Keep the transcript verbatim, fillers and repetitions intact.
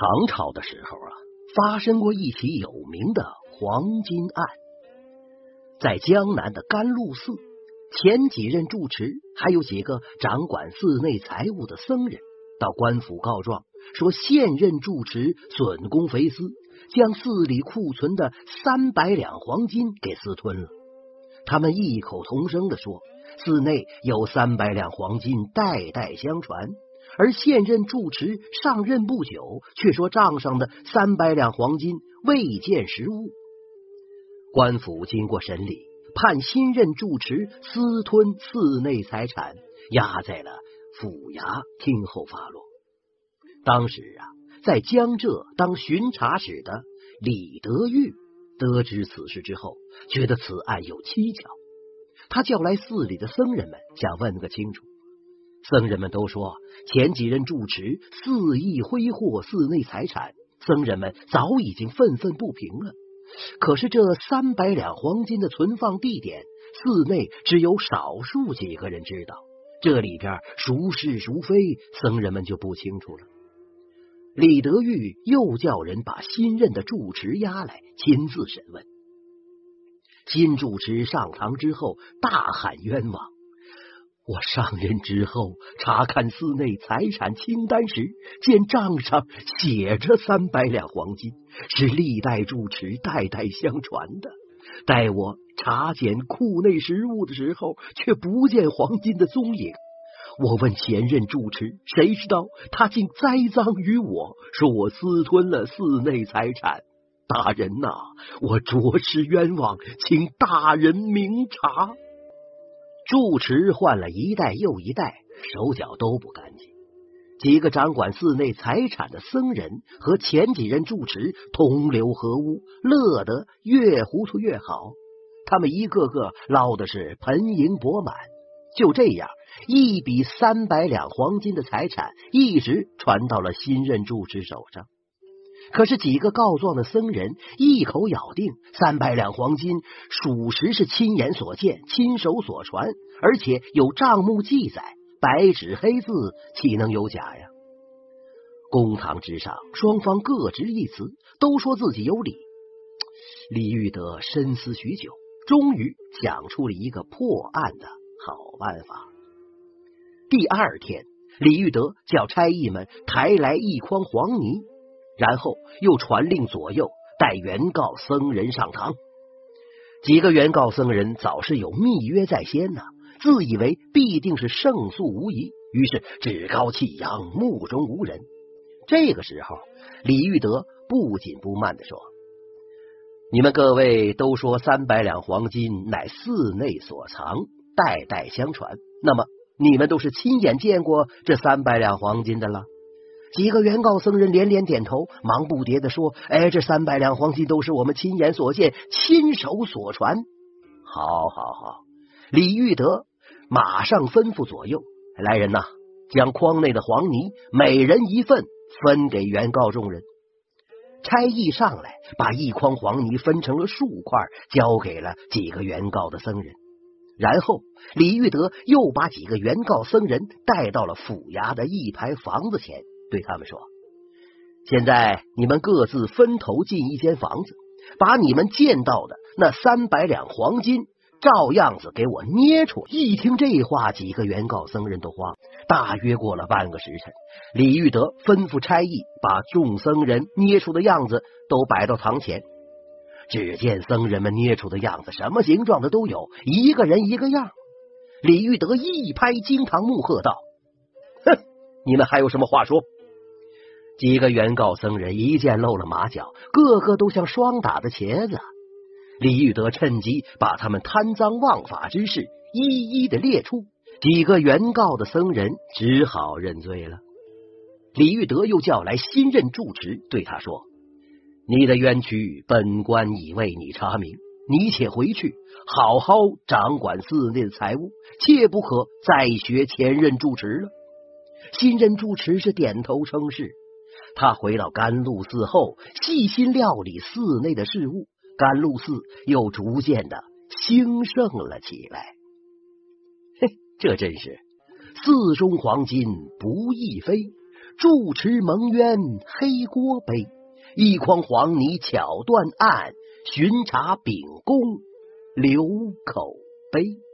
唐朝的时候啊，发生过一起有名的黄金案。在江南的甘露寺，前几任住持还有几个掌管寺内财物的僧人到官府告状，说现任住持损公肥私，将寺里库存的三百两黄金给私吞了。他们异口同声地说，寺内有三百两黄金代代相传，而现任住持上任不久，却说账上的三百两黄金未见实物。官府经过审理，判新任住持私吞寺内财产，押在了府衙听候发落。当时啊，在江浙当巡查使的李德裕得知此事之后，觉得此案有蹊跷，他叫来寺里的僧人们，想问个清楚。僧人们都说，前几任住持肆意挥霍寺内财产，僧人们早已经愤愤不平了。可是这三百两黄金的存放地点，寺内只有少数几个人知道，这里边孰是孰非，僧人们就不清楚了。李德裕又叫人把新任的住持押来，亲自审问。新住持上堂之后，大喊冤枉。我上任之后，查看寺内财产清单时，见账上写着三百两黄金，是历代住持代代相传的。待我查检库内实物的时候，却不见黄金的踪影。我问前任住持，谁知道他竟栽赃于我，说我私吞了寺内财产。大人呐、啊，我着实冤枉，请大人明察。住持换了一代又一代，手脚都不干净。几个掌管寺内财产的僧人和前几任住持同流合污，乐得越糊涂越好。他们一个个捞的是盆盈钵满。就这样，一笔三百两黄金的财产一直传到了新任住持手上。可是几个告状的僧人一口咬定三百两黄金属实是亲眼所见，亲手所传，而且有账目记载，白纸黑字，岂能有假呀？公堂之上，双方各执一词，都说自己有理。李玉德深思许久，终于想出了一个破案的好办法。第二天，李玉德叫差役们抬来一筐黄泥，然后又传令左右带原告僧人上堂。几个原告僧人早是有密约在先呢、啊，自以为必定是胜诉无疑，于是趾高气扬，目中无人。这个时候，李玉德不紧不慢地说，你们各位都说三百两黄金乃寺内所藏，代代相传，那么你们都是亲眼见过这三百两黄金的了？几个原告僧人连连点头，忙不迭地说，哎，这三百两黄金都是我们亲眼所见，亲手所传。好好好，李玉德马上吩咐左右，来人呐，将筐内的黄泥每人一份分给原告众人。差役上来，把一筐黄泥分成了数块，交给了几个原告的僧人。然后李玉德又把几个原告僧人带到了府衙的一排房子前，对他们说，现在你们各自分头进一间房子，把你们见到的那三百两黄金照样子给我捏出。一听这话，几个原告僧人都慌。大约过了半个时辰，李玉德吩咐差役把众僧人捏出的样子都摆到堂前。只见僧人们捏出的样子什么形状的都有，一个人一个样。李玉德一拍惊堂木，喝道，哼，你们还有什么话说？几个原告僧人一见露了马脚，个个都像霜打的茄子。李玉德趁机把他们贪赃枉法之事一一的列出，几个原告的僧人只好认罪了。李玉德又叫来新任住持，对他说，你的冤屈本官已为你查明，你且回去好好掌管寺内的财物，切不可再学前任住持了。新任住持是点头称是。他回到甘露寺后，细心料理寺内的事务，甘露寺又逐渐的兴盛了起来。嘿，这真是寺中黄金不易飞， 住持蒙冤黑锅背，一筐黄泥巧断案，巡查秉公留口碑。